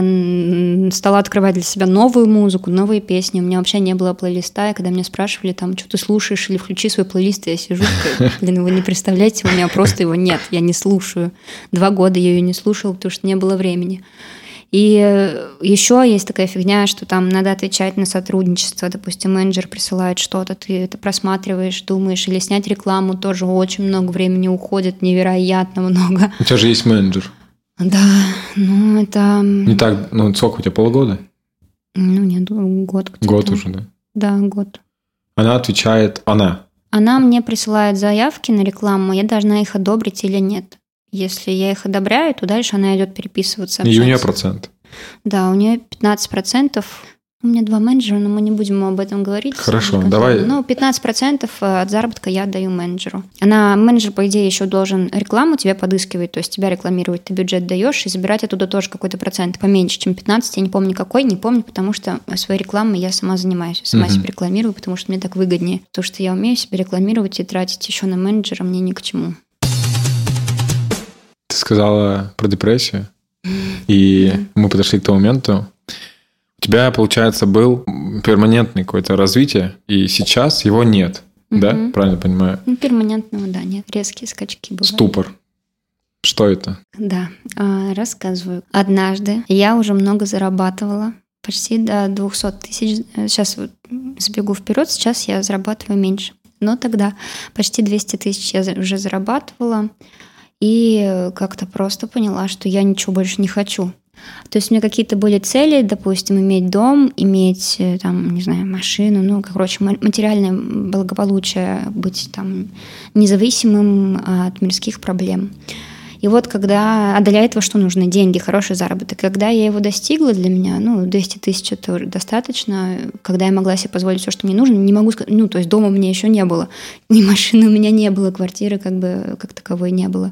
стала открывать для себя новую музыку, новые песни. У меня вообще не было плейлиста, и когда меня спрашивали, там, что ты слушаешь, или включи свой плейлист, я сижу, блин, вы не представляете, у меня просто его нет, я не слушаю. Два года я ее не слушала, потому что не было времени. И еще есть такая фигня, что там надо отвечать на сотрудничество. Допустим, менеджер присылает что-то, ты это просматриваешь, думаешь, или снять рекламу тоже очень много времени уходит, невероятно много. У тебя же есть менеджер. Да, ну это... Не так, ну сколько у тебя, полгода? Ну нет, год. Где-то. Год уже, да? Да, год. Она отвечает, она? Она мне присылает заявки на рекламу, я должна их одобрить или нет. Если я их одобряю, то дальше она идет переписываться. Общаться. И у нее процент? Да, у нее пятнадцать процентов. У меня два менеджера, но мы не будем об этом говорить. Хорошо, давай. Ну, пятнадцать процентов от заработка я отдаю менеджеру. Она, менеджер, по идее, еще должен рекламу тебе подыскивать, то есть тебя рекламировать, ты бюджет даешь, и забирать оттуда тоже какой-то процент, поменьше, чем пятнадцать. Я не помню какой, не помню, потому что своей рекламой я сама занимаюсь, сама uh-huh. себя рекламирую, потому что мне так выгоднее. То, что я умею себя рекламировать и тратить еще на менеджера, мне ни к чему. Ты сказала про депрессию, и mm-hmm. мы подошли к тому моменту. У тебя, получается, был перманентное какое-то развитие, и сейчас его нет, mm-hmm. да? Правильно понимаю? Ну, перманентного, да, нет. Резкие скачки бывают. Ступор. Что это? Да, рассказываю. Однажды я уже много зарабатывала, почти до двести тысяч. Сейчас вот забегу вперед, сейчас я зарабатываю меньше. Но тогда почти двести тысяч я уже зарабатывала. И как-то просто поняла, что я ничего больше не хочу. То есть у меня какие-то были цели, допустим, иметь дом, иметь, там, не знаю, машину, ну, короче, материальное благополучие, быть там независимым от мирских проблем. И вот когда... А для этого что нужно? Деньги, хороший заработок. Когда я его достигла, для меня, ну, двести тысяч это достаточно. Когда я могла себе позволить все, что мне нужно, не могу сказать... Ну, то есть дома у меня еще не было. Ни машины у меня не было, квартиры как бы как таковой не было.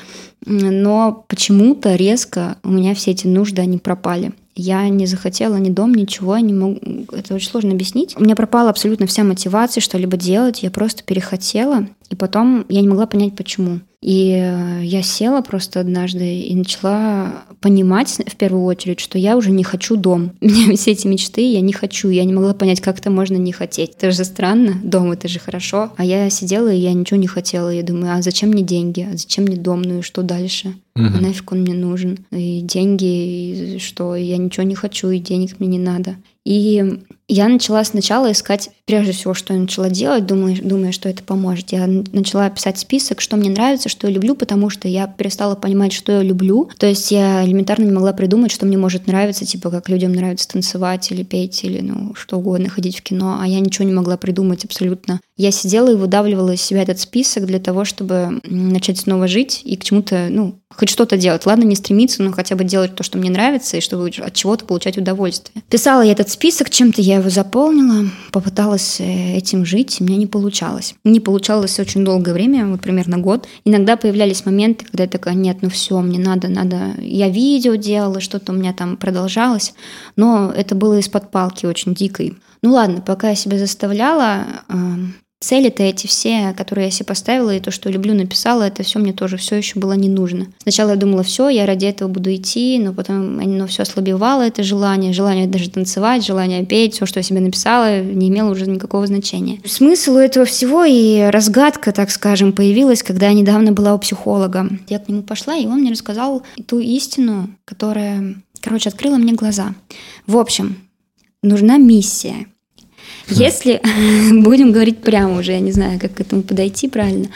Но почему-то резко у меня все эти нужды, они пропали. Я не захотела ни дом, ничего, не могу... Это очень сложно объяснить. У меня пропала абсолютно вся мотивация что-либо делать. Я просто перехотела, и потом я не могла понять, почему. И я села просто однажды и начала понимать в первую очередь, что я уже не хочу дом. У меня все эти мечты я не хочу. Я не могла понять, как это можно не хотеть. Это же странно. Дом — это же хорошо. А я сидела, и я ничего не хотела. Я думаю, а зачем мне деньги? А зачем мне дом? Ну и что дальше? Угу. А нафиг он мне нужен? И деньги, и что? Я ничего не хочу, и денег мне не надо. И я начала сначала искать, прежде всего, что я начала делать, думая, думая, что это поможет. Я начала писать список, что мне нравится, что я люблю, потому что я перестала понимать, что я люблю. То есть я элементарно не могла придумать, что мне может нравиться, типа как людям нравится танцевать или петь, или ну что угодно, ходить в кино, а я ничего не могла придумать абсолютно. Я сидела и выдавливала из себя этот список для того, чтобы начать снова жить и к чему-то, ну, хоть что-то делать. Ладно, не стремиться, но хотя бы делать то, что мне нравится, и чтобы от чего-то получать удовольствие. Писала я этот список, чем-то я его заполнила, попыталась этим жить, и у меня не получалось. Не получалось очень долгое время, вот примерно год. Иногда появлялись моменты, когда я такая, нет, ну все, мне надо, надо... Я видео делала, что-то у меня там продолжалось, но это было из-под палки очень дикой. Ну ладно, пока я себя заставляла... Цели-то эти все, которые я себе поставила, и то, что люблю, написала, это все мне тоже все еще было не нужно. Сначала я думала, все, я ради этого буду идти, но потом оно все ослабевало, это желание, желание даже танцевать, желание петь, все, что я себе написала, не имело уже никакого значения. Смысл у этого всего и разгадка, так скажем, появилась, когда я недавно была у психолога. Я к нему пошла, и он мне рассказал ту истину, которая, короче, открыла мне глаза. В общем, нужна миссия. Если будем говорить прямо уже, я не знаю, как к этому подойти правильно.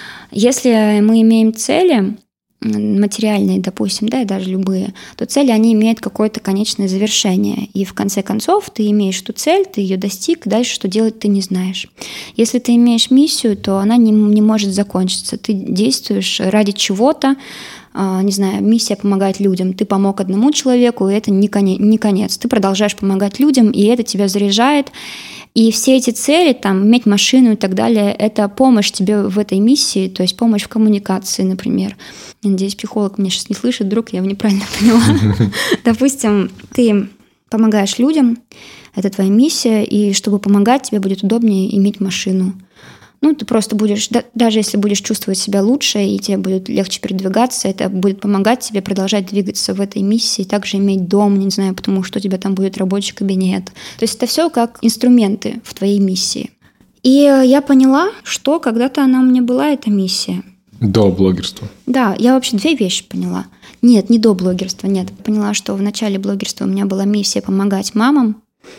Если мы имеем цели материальные, допустим, да, и даже любые, то цели, они имеют какое-то конечное завершение. И в конце концов ты имеешь эту цель, ты ее достиг, дальше что делать ты не знаешь. Если ты имеешь миссию, то она не, не может закончиться. Ты действуешь ради чего-то, не знаю, миссия помогать людям. Ты помог одному человеку, и это не конец, не конец. Ты продолжаешь помогать людям, и это тебя заряжает. И все эти цели, там, иметь машину и так далее, это помощь тебе в этой миссии, то есть помощь в коммуникации, например. Я надеюсь, психолог меня сейчас не слышит, вдруг я его неправильно поняла. Допустим, ты помогаешь людям, это твоя миссия, и чтобы помогать, тебе будет удобнее иметь машину. Ну, ты просто будешь, да, даже если будешь чувствовать себя лучше, и тебе будет легче передвигаться, это будет помогать тебе продолжать двигаться в этой миссии, также иметь дом, не знаю, потому что у тебя там будет рабочий кабинет. То есть это все как инструменты в твоей миссии. И я поняла, что когда-то она у меня была, эта миссия. До блогерства. Да, я вообще две вещи поняла. Нет, не до блогерства, нет. Поняла, что в начале блогерства у меня была миссия помогать мамам.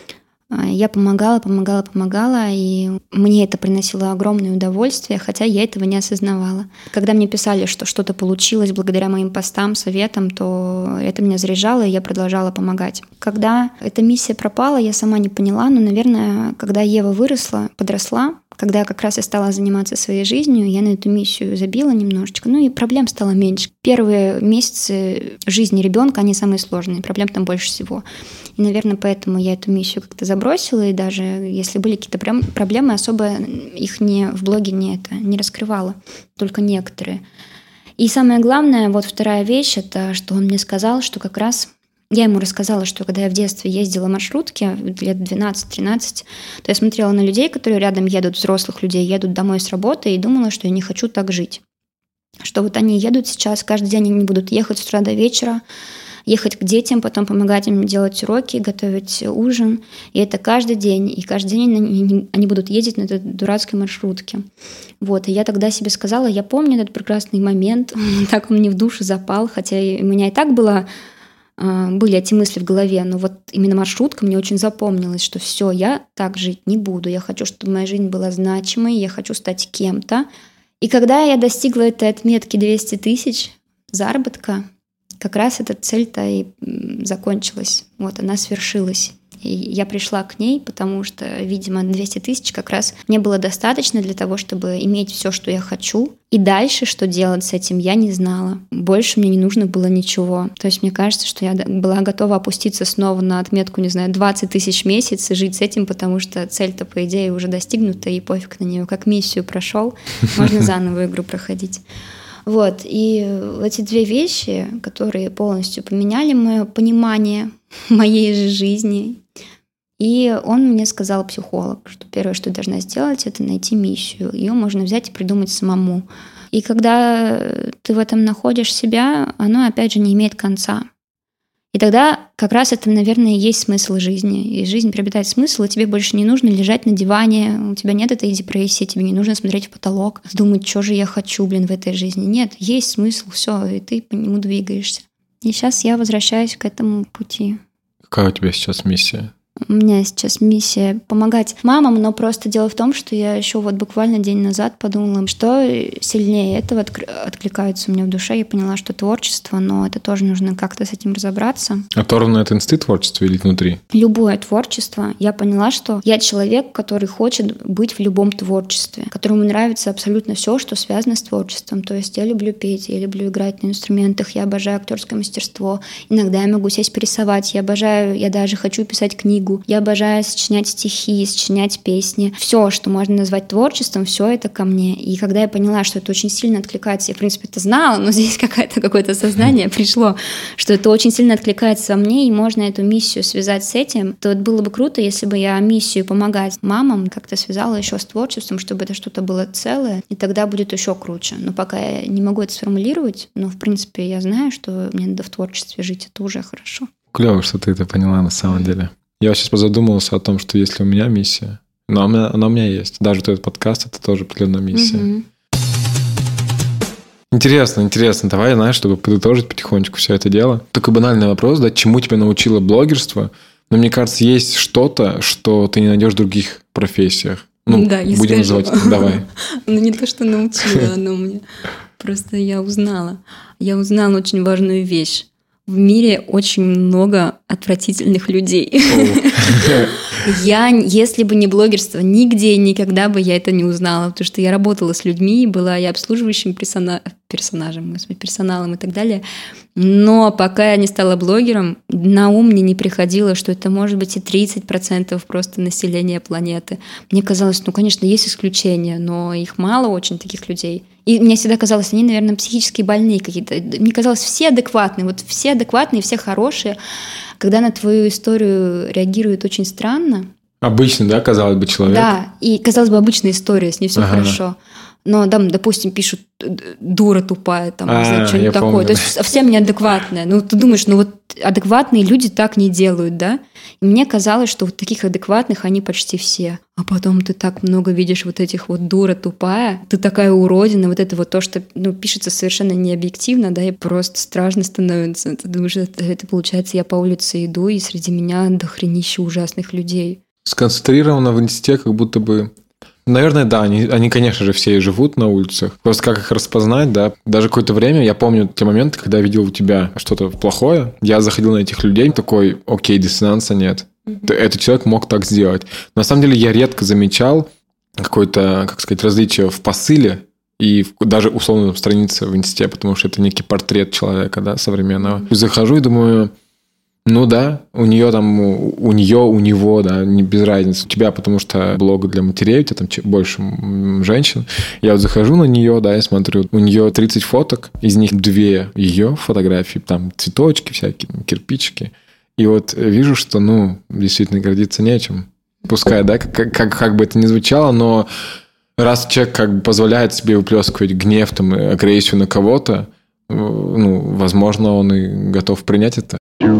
Я помогала, помогала, помогала, и мне это приносило огромное удовольствие, хотя я этого не осознавала. Когда мне писали, что что-то получилось благодаря моим постам, советам, то это меня заряжало, и я продолжала помогать. Когда эта миссия пропала, я сама не поняла, но, наверное, когда Ева выросла, подросла, когда как раз я стала заниматься своей жизнью, я на эту миссию забила немножечко, ну и проблем стало меньше. Первые месяцы жизни ребенка, они самые сложные, проблем там больше всего. И, наверное, поэтому я эту миссию как-то забросила, и даже если были какие-то проблемы, особо их не, в блоге не, это, не раскрывала, только некоторые. И самое главное, вот вторая вещь, это что он мне сказал, что как раз... Я ему рассказала, что когда я в детстве ездила в маршрутке, лет двенадцать-тринадцать, то я смотрела на людей, которые рядом едут, взрослых людей, едут домой с работы, и думала, что я не хочу так жить. Что вот они едут сейчас, каждый день они будут ехать с утра до вечера, ехать к детям, потом помогать им делать уроки, готовить ужин. И это каждый день. И каждый день они будут ездить на этой дурацкой маршрутке. Вот. И я тогда себе сказала, я помню этот прекрасный момент, так он мне в душу запал, хотя у меня и так было... были эти мысли в голове, но вот именно маршрутка мне очень запомнилась, что все, я так жить не буду, я хочу, чтобы моя жизнь была значимой, я хочу стать кем-то. И когда я достигла этой отметки двести тысяч заработка, как раз эта цель-то и закончилась, вот она свершилась. И я пришла к ней, потому что, видимо, двести тысяч как раз мне было достаточно для того, чтобы иметь все, что я хочу. И дальше, что делать с этим, я не знала. Больше мне не нужно было ничего. То есть мне кажется, что я была готова опуститься снова на отметку, не знаю, двадцать тысяч в месяц и жить с этим, потому что цель-то, по идее, уже достигнута, и пофиг на нее. Как миссию прошел, можно заново игру проходить. Вот, и эти две вещи, которые полностью поменяли мое понимание моей же жизни. И он мне сказал, психолог, что первое, что ты должна сделать, это найти миссию. Ее можно взять и придумать самому. И когда ты в этом находишь себя, оно, опять же, не имеет конца. И тогда как раз это, наверное, и есть смысл жизни. И жизнь приобретает смысл, и тебе больше не нужно лежать на диване, у тебя нет этой депрессии, тебе не нужно смотреть в потолок, думать, что же я хочу, блин, в этой жизни. Нет, есть смысл, все, и ты по нему двигаешься. И сейчас я возвращаюсь к этому пути. Какая у тебя сейчас миссия? У меня сейчас миссия помогать мамам, но просто дело в том, что я еще вот буквально день назад подумала, что сильнее этого откликается у меня в душе. Я поняла, что творчество, но это тоже нужно как-то с этим разобраться. Оторвано от инстинкта творчества или внутри? Любое творчество. Я поняла, что я человек, который хочет быть в любом творчестве, которому нравится абсолютно все, что связано с творчеством. То есть я люблю петь, я люблю играть на инструментах, я обожаю актерское мастерство. Иногда я могу сесть порисовать, я обожаю, я даже хочу писать книгу. Я обожаю сочинять стихи, сочинять песни. Все, что можно назвать творчеством, все это ко мне. И когда я поняла, что это очень сильно откликается, я, в принципе, это знала, но здесь какое-то, какое-то сознание пришло, что это очень сильно откликается во мне, и можно эту миссию связать с этим, то это было бы круто, если бы я миссию помогать мамам как-то связала еще с творчеством, чтобы это что-то было целое, и тогда будет еще круче. Но пока я не могу это сформулировать, но, в принципе, я знаю, что мне надо в творчестве жить, это уже хорошо. Клево, что ты это поняла на самом деле. Я сейчас позадумался о том, что если у меня миссия, но она, она у меня есть. Даже вот этот подкаст — это тоже определенная миссия. Mm-hmm. Интересно, интересно. Давай, знаешь, чтобы подытожить потихонечку все это дело. Такой банальный вопрос, да, чему тебя научило блогерство? Но мне кажется, есть что-то, что ты не найдешь в других профессиях. Ну, да, я будем скажу. называть. Давай. Ну, не то, что научила, оно мне. Просто я узнала. Я узнала очень важную вещь. В мире очень много отвратительных людей. Oh. Я, если бы не блогерство, нигде никогда бы я это не узнала, потому что я работала с людьми, была я обслуживающим персона... персонажем, персоналом и так далее. Но пока я не стала блогером, на ум мне не приходило, что это может быть и тридцать процентов просто населения планеты. Мне казалось, ну, конечно, есть исключения, но их мало очень, таких людей. И мне всегда казалось, они, наверное, психически больные какие-то. Мне казалось, все адекватные, вот все адекватные, все хорошие. Когда на твою историю реагируют очень странно. Обычно, да, казалось бы, человек? Да, и, казалось бы, обычная история, с ней все ага. хорошо. Но там, допустим, пишут дура тупая, там, а, не знаю, что-нибудь такое. Помню. То есть совсем неадекватная. Ну, ты думаешь, ну вот адекватные люди так не делают, да? И мне казалось, что вот таких адекватных они почти все. А потом ты так много видишь вот этих вот дура тупая, ты такая уродина, вот это вот то, что ну, пишется совершенно необъективно, да, и просто страшно становится. Ты думаешь, это, это получается, я по улице иду, и среди меня дохренища ужасных людей. Сконцентрировано в инсте, как будто бы... Наверное, да, они, они, конечно же, все и живут на улицах. Просто как их распознать, да. Даже какое-то время, я помню те моменты, когда я видел у тебя что-то плохое, я заходил на этих людей, такой, окей, диссонанса нет. Mm-hmm. Этот человек мог так сделать. Но на самом деле я редко замечал какое-то, как сказать, различие в посыле и в, даже условно страница в инсте, потому что это некий портрет человека, да, современного. И захожу и думаю, ну да, у нее там, у нее, у него, да, не без разницы. У тебя, потому что блог для матерей, у тебя там больше женщин. Я вот захожу на нее, да, и смотрю, у нее тридцать фоток, из них две ее фотографии, там цветочки всякие, кирпичики. И вот вижу, что, ну, действительно гордиться нечем. Пускай, да, как, как, как бы это ни звучало, но раз человек как бы позволяет себе выплескивать гнев, там, агрессию на кого-то, ну, возможно, он и готов принять это.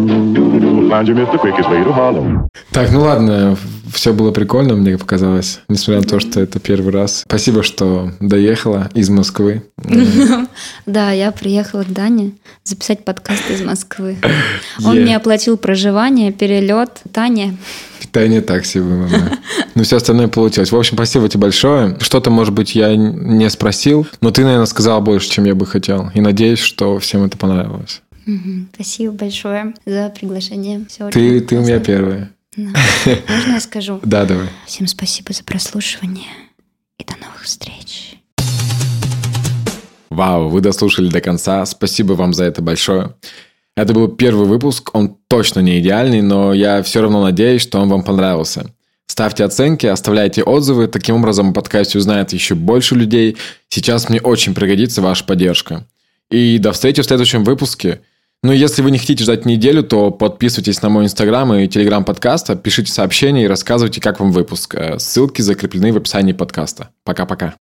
Так, ну ладно, все было прикольно, мне показалось, несмотря на то, что это первый раз. Спасибо, что доехала из Москвы. Да, я приехала к Дане записать подкаст из Москвы. Он мне оплатил проживание, перелет. Таня. Таня такси было, да. Ну, все остальное получилось. В общем, спасибо тебе большое. Что-то, может быть, я не спросил, но ты, наверное, сказала больше, чем я бы хотел. И надеюсь, что всем это понравилось. Угу. Спасибо большое за приглашение. Все ты ты у меня первая. Да. Можно я скажу? Да, давай. Всем спасибо за прослушивание и до новых встреч. Вау, вы дослушали до конца. Спасибо вам за это большое. Это был первый выпуск, он точно не идеальный, но я все равно надеюсь, что он вам понравился. Ставьте оценки, оставляйте отзывы, таким образом о подкасте узнает еще больше людей. Сейчас мне очень пригодится ваша поддержка. И до встречи в следующем выпуске. Ну, если вы не хотите ждать неделю, то подписывайтесь на мой инстаграм и телеграм подкаста, пишите сообщения и рассказывайте, как вам выпуск. Ссылки закреплены в описании подкаста. Пока-пока.